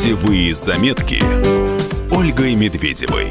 Путевые заметки с Ольгой Медведевой.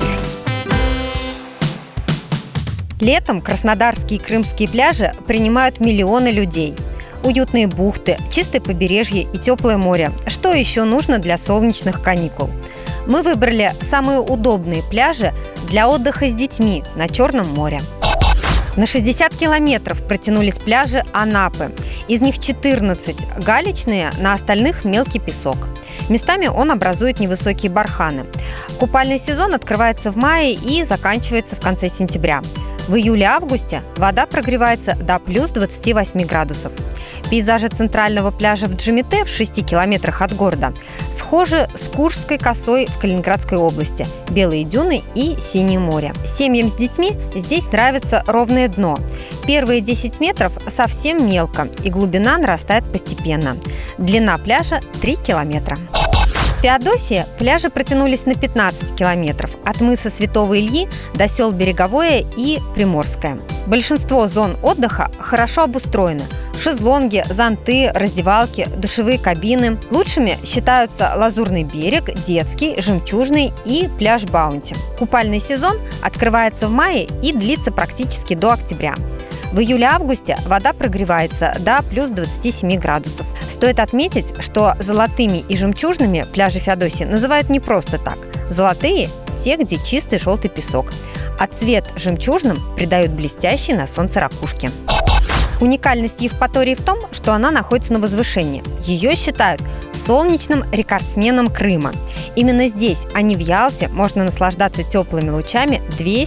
Летом краснодарские и крымские пляжи принимают миллионы людей. Уютные бухты, чистое побережье и теплое море. Что еще нужно для солнечных каникул? Мы выбрали самые удобные пляжи для отдыха с детьми на Черном море. На 60 километров протянулись пляжи Анапы. Из них 14 галечные, на остальных мелкий песок. Местами он образует невысокие барханы. Купальный сезон открывается в мае и заканчивается в конце сентября. В июле-августе вода прогревается до плюс 28 градусов. Пейзажи центрального пляжа в Джимете в 6 километрах от города схожи с Куршской косой в Калининградской области, белые дюны и синее море. Семьям с детьми здесь нравится ровное дно. Первые 10 метров совсем мелко, и глубина нарастает постепенно. Длина пляжа 3 километра. В Феодосии пляжи протянулись на 15 километров от мыса Святого Ильи до сел Береговое и Приморское. Большинство зон отдыха хорошо обустроены. Шезлонги, зонты, раздевалки, душевые кабины. Лучшими считаются Лазурный берег, Детский, Жемчужный и пляж Баунти. Купальный сезон открывается в мае и длится практически до октября. В июле-августе вода прогревается до плюс 27 градусов. Стоит отметить, что золотыми и жемчужными пляжи Феодосии называют не просто так. Золотые – те, где чистый желтый песок, а цвет жемчужным придают блестящие на солнце ракушки. Уникальность Евпатории в том, что она находится на возвышении. Ее считают солнечным рекордсменом Крыма. Именно здесь, а не в Ялте, можно наслаждаться теплыми лучами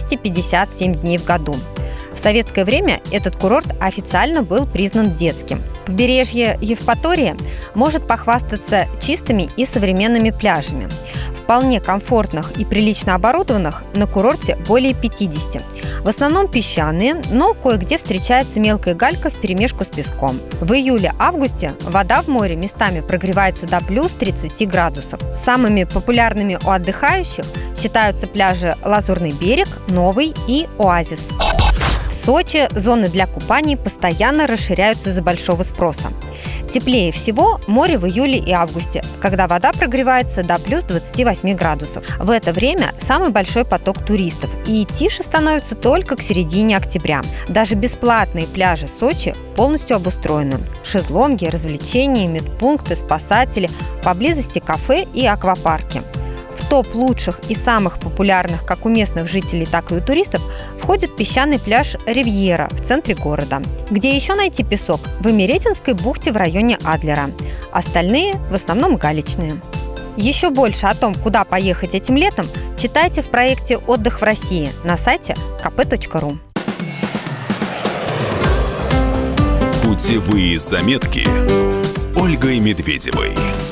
257 дней в году. В советское время этот курорт официально был признан детским. Побережье Евпатории может похвастаться чистыми и современными пляжами. Вполне комфортных и прилично оборудованных на курорте более 50. В основном песчаные, но кое-где встречается мелкая галька вперемешку с песком. В июле-августе вода в море местами прогревается до плюс 30 градусов. Самыми популярными у отдыхающих считаются пляжи Лазурный берег, Новый и Оазис. В Сочи зоны для купаний постоянно расширяются из-за большого спроса. Теплее всего море в июле и августе, когда вода прогревается до плюс 28 градусов. В это время самый большой поток туристов, и тише становится только к середине октября. Даже бесплатные пляжи Сочи полностью обустроены. Шезлонги, развлечения, медпункты, спасатели, поблизости кафе и аквапарки. В топ лучших и самых популярных как у местных жителей, так и у туристов входит песчаный пляж Ривьера в центре города. Где еще найти песок? В Имеретинской бухте в районе Адлера. Остальные в основном галечные. Еще больше о том, куда поехать этим летом, читайте в проекте «Отдых в России» на сайте kp.ru. Путевые заметки с Ольгой Медведевой.